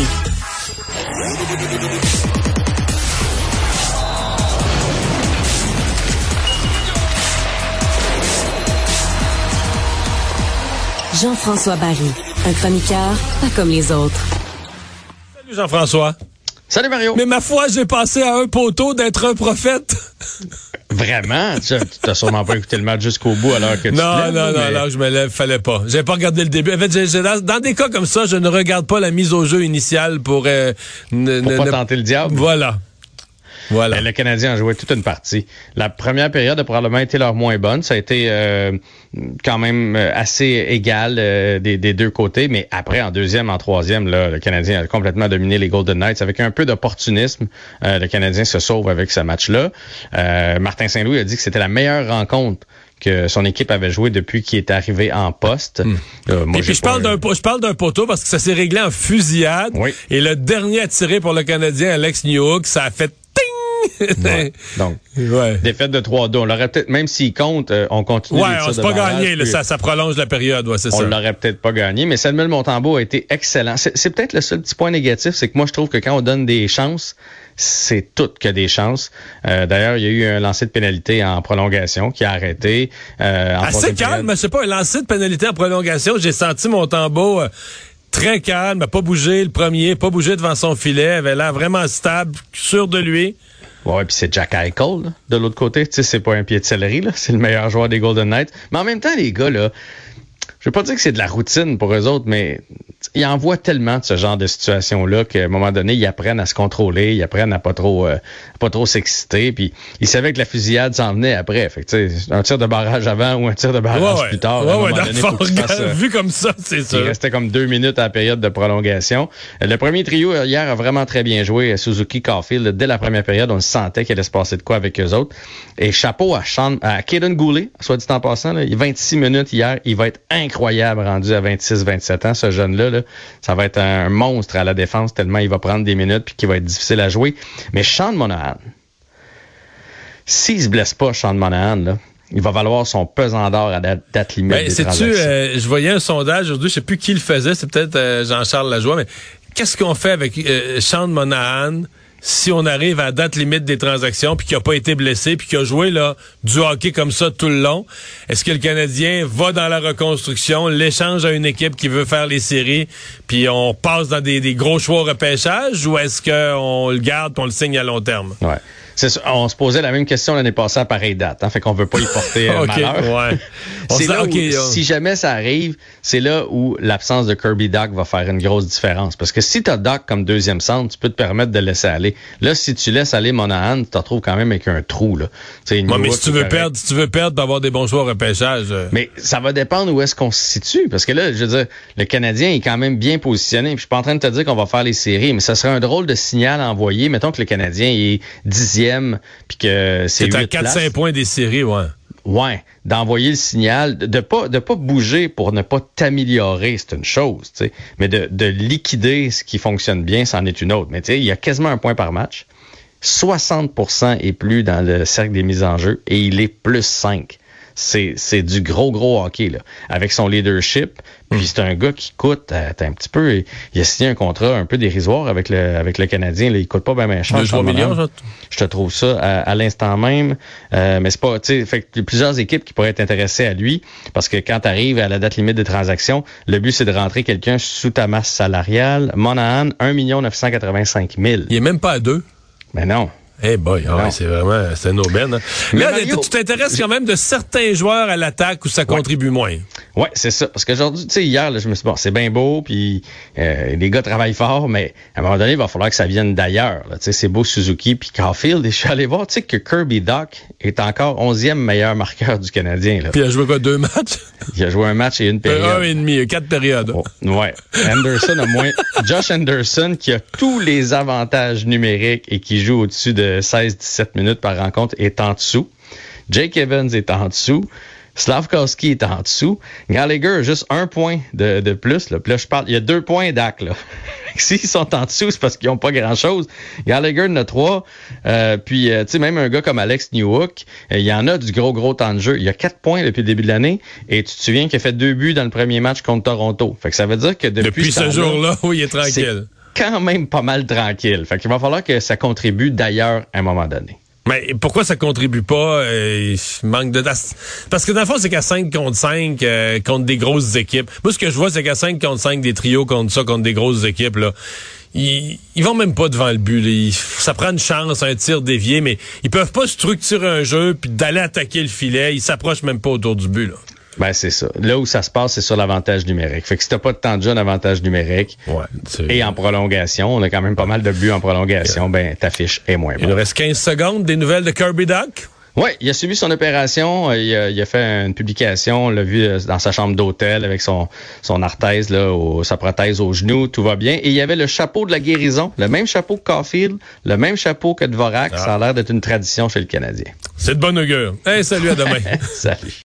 Barry. Jean-François Barry, un chroniqueur pas comme les autres. Salut Jean-François. Salut Mario. Mais ma foi, j'ai passé à un poteau d'être un prophète. Vraiment? Tu t'as sûrement pas écouté le match jusqu'au bout alors que tu te lèves, Non, je me lève, fallait pas. J'avais pas regardé le début. En fait, dans des cas comme ça, je ne regarde pas la mise au jeu initiale pour pas tenter le diable. Voilà. Le Canadien a joué toute une partie. La première période a probablement été leur moins bonne. Ça a été quand même assez égal des deux côtés. Mais après, en deuxième, en troisième, là, le Canadien a complètement dominé les Golden Knights. Avec un peu d'opportunisme, le Canadien se sauve avec ce match-là. Martin Saint-Louis a dit que c'était la meilleure rencontre que son équipe avait joué depuis qu'il est arrivé en poste. Je parle d'un poteau parce que ça s'est réglé en fusillade. Oui. Et le dernier à tirer pour le Canadien, Alex Newhook, ça a fait ouais. Donc, défaite de 3-2. On l'aurait peut-être, même s'il compte, on continue. Ouais, on s'est pas gagné. Ça prolonge la période. Ouais, c'est on ça. On l'aurait peut-être pas gagné, mais Samuel Montembeault a été excellent. C'est peut-être le seul petit point négatif, c'est que moi, je trouve que quand on donne des chances, c'est tout que des chances. D'ailleurs, il y a eu un lancer de pénalité en prolongation qui a arrêté. Assez calme, je sais pas, un lancer de pénalité en prolongation. J'ai senti Montembeault très calme, n'a pas bougé le premier, pas bougé devant son filet, avait l'air vraiment stable, sûr de lui. Ouais, puis c'est Jack Eichel, là, de l'autre côté. Tu sais, c'est pas un pied de céleri, là. C'est le meilleur joueur des Golden Knights. Mais en même temps, les gars, là, je veux pas dire que c'est de la routine pour eux autres, mais ils en voient tellement de ce genre de situation-là qu'à un moment donné, ils apprennent à se contrôler, ils apprennent à pas trop s'exciter. Puis ils savaient que la fusillade s'en venait après. Fait que, tu sais, un tir de barrage avant ou un tir de barrage plus tard. Vu comme ça, c'est ça. Il restait comme 2 minutes à la période de prolongation. Le premier trio hier a vraiment très bien joué. Suzuki, Caulfield, dès la première période, on sentait qu'il allait se passer de quoi avec eux autres. Et chapeau à Kaden Goulet, soit dit en passant, là, 26 minutes hier, il va être incroyable rendu à 26-27 ans, ce jeune-là. Là. Ça va être un monstre à la défense tellement il va prendre des minutes puis qu'il va être difficile à jouer. Mais Sean Monahan, s'il se blesse pas, Sean Monahan, là, il va valoir son pesant d'or à date limite des transactions. Je voyais un sondage aujourd'hui, je sais plus qui le faisait, c'est peut-être Jean-Charles Lajoie, mais qu'est-ce qu'on fait avec Sean Monahan si on arrive à la date limite des transactions puis qu'il n'a pas été blessé puis qu'il a joué là du hockey comme ça tout le long? Est-ce que le Canadien va dans la reconstruction, l'échange à une équipe qui veut faire les séries puis on passe dans des gros choix au repêchage ou est-ce qu'on le garde puis on le signe à long terme? Ouais. C'est ça, on se posait la même question l'année passée à pareille date. Hein, fait qu'on veut pas y porter malheur. Ouais. C'est là où, si jamais ça arrive, c'est là où l'absence de Kirby Dach va faire une grosse différence. Parce que si t'as Dach comme deuxième centre, tu peux te permettre de laisser aller. Là, si tu laisses aller Monahan, tu te retrouves quand même avec un trou. Là. Mais si tu veux perdre, d'avoir des bons choix au repêchage. Mais ça va dépendre où est-ce qu'on se situe. Parce que là, je veux dire, le Canadien est quand même bien positionné. Puis je suis pas en train de te dire qu'on va faire les séries, mais ça serait un drôle de signal à envoyer. Mettons que le Canadien est 10e. Puis que c'est à 4-5 points des séries, ouais. Ouais, d'envoyer le signal, de pas bouger pour ne pas t'améliorer, c'est une chose, tu sais, mais de liquider ce qui fonctionne bien, c'en est une autre. Mais tu sais, il y a quasiment un point par match, 60% et plus dans le cercle des mises en jeu, et il est plus 5. C'est du gros hockey, là. Avec son leadership, puis c'est un gars qui coûte un petit peu, il a signé un contrat un peu dérisoire avec le Canadien, là, il coûte pas bien cher. 2-3 millions, je te trouve ça à l'instant même, mais c'est pas, tu sais, fait que il y a plusieurs équipes qui pourraient être intéressées à lui, parce que quand tu arrives à la date limite des transactions, le but c'est de rentrer quelqu'un sous ta masse salariale. Monahan, 1 985 000. Il est même pas à 2. Mais non. Eh boy, c'est vraiment, c'est une aubaine. Hein. Là, Mario, tu t'intéresses quand même de certains joueurs à l'attaque où ça contribue moins. Ouais, c'est ça. Parce qu'aujourd'hui, tu sais, hier, là, je me suis dit, bon, c'est bien beau, puis les gars travaillent fort, mais à un moment donné, il va falloir que ça vienne d'ailleurs. Tu sais, c'est beau Suzuki puis Caulfield. Et je suis allé voir, tu sais, que Kirby Dach est encore 11e meilleur marqueur du Canadien. Là. Puis il a joué quoi, 2 matchs? Il a joué un match et une période. 1,5, 4 périodes. Oh, ouais. Anderson a moins. Josh Anderson, qui a tous les avantages numériques et qui joue au-dessus de 16-17 minutes par rencontre, est en dessous. Jake Evans est en dessous. Slavkovski est en dessous. Gallagher a juste 1 point de plus. Là. Puis là, je parle, il y a 2 points d'Ac. S'ils sont en dessous, c'est parce qu'ils n'ont pas grand-chose. Gallagher en a 3. Puis, tu sais, même un gars comme Alex Newhook, il y en a du gros temps de jeu. Il y a 4 points depuis le début de l'année. Et tu te souviens qu'il a fait 2 buts dans le premier match contre Toronto. Fait que ça veut dire que depuis ce jour-là, oui, il est tranquille. quand même pas mal tranquille. Fait qu'il va falloir que ça contribue d'ailleurs à un moment donné. Mais pourquoi ça contribue pas? Manque de... Parce que dans le fond, c'est qu'à 5 contre 5, contre des grosses équipes. Moi, ce que je vois, c'est qu'à 5 contre 5, des trios contre des grosses équipes, là, ils vont même pas devant le but. Là. Ça prend une chance, un tir dévié, mais ils peuvent pas structurer un jeu puis d'aller attaquer le filet. Ils s'approchent même pas autour du but, là. Ben, c'est ça. Là où ça se passe, c'est sur l'avantage numérique. Fait que si t'as pas de temps de jeu en avantage numérique, et en prolongation, on a quand même pas mal de buts en prolongation, ben, ta fiche est moins bonne. Il nous reste 15 secondes. Des nouvelles de Kirby Dach? Oui, il a suivi son opération. Il a fait une publication. On l'a vu dans sa chambre d'hôtel avec son arthèse, là, sa prothèse au genou. Tout va bien. Et il y avait le chapeau de la guérison. Le même chapeau que Caulfield, le même chapeau que Dvorak. Ça a l'air d'être une tradition chez le Canadien. C'est de bonne augure. Hey, salut, à demain. Salut.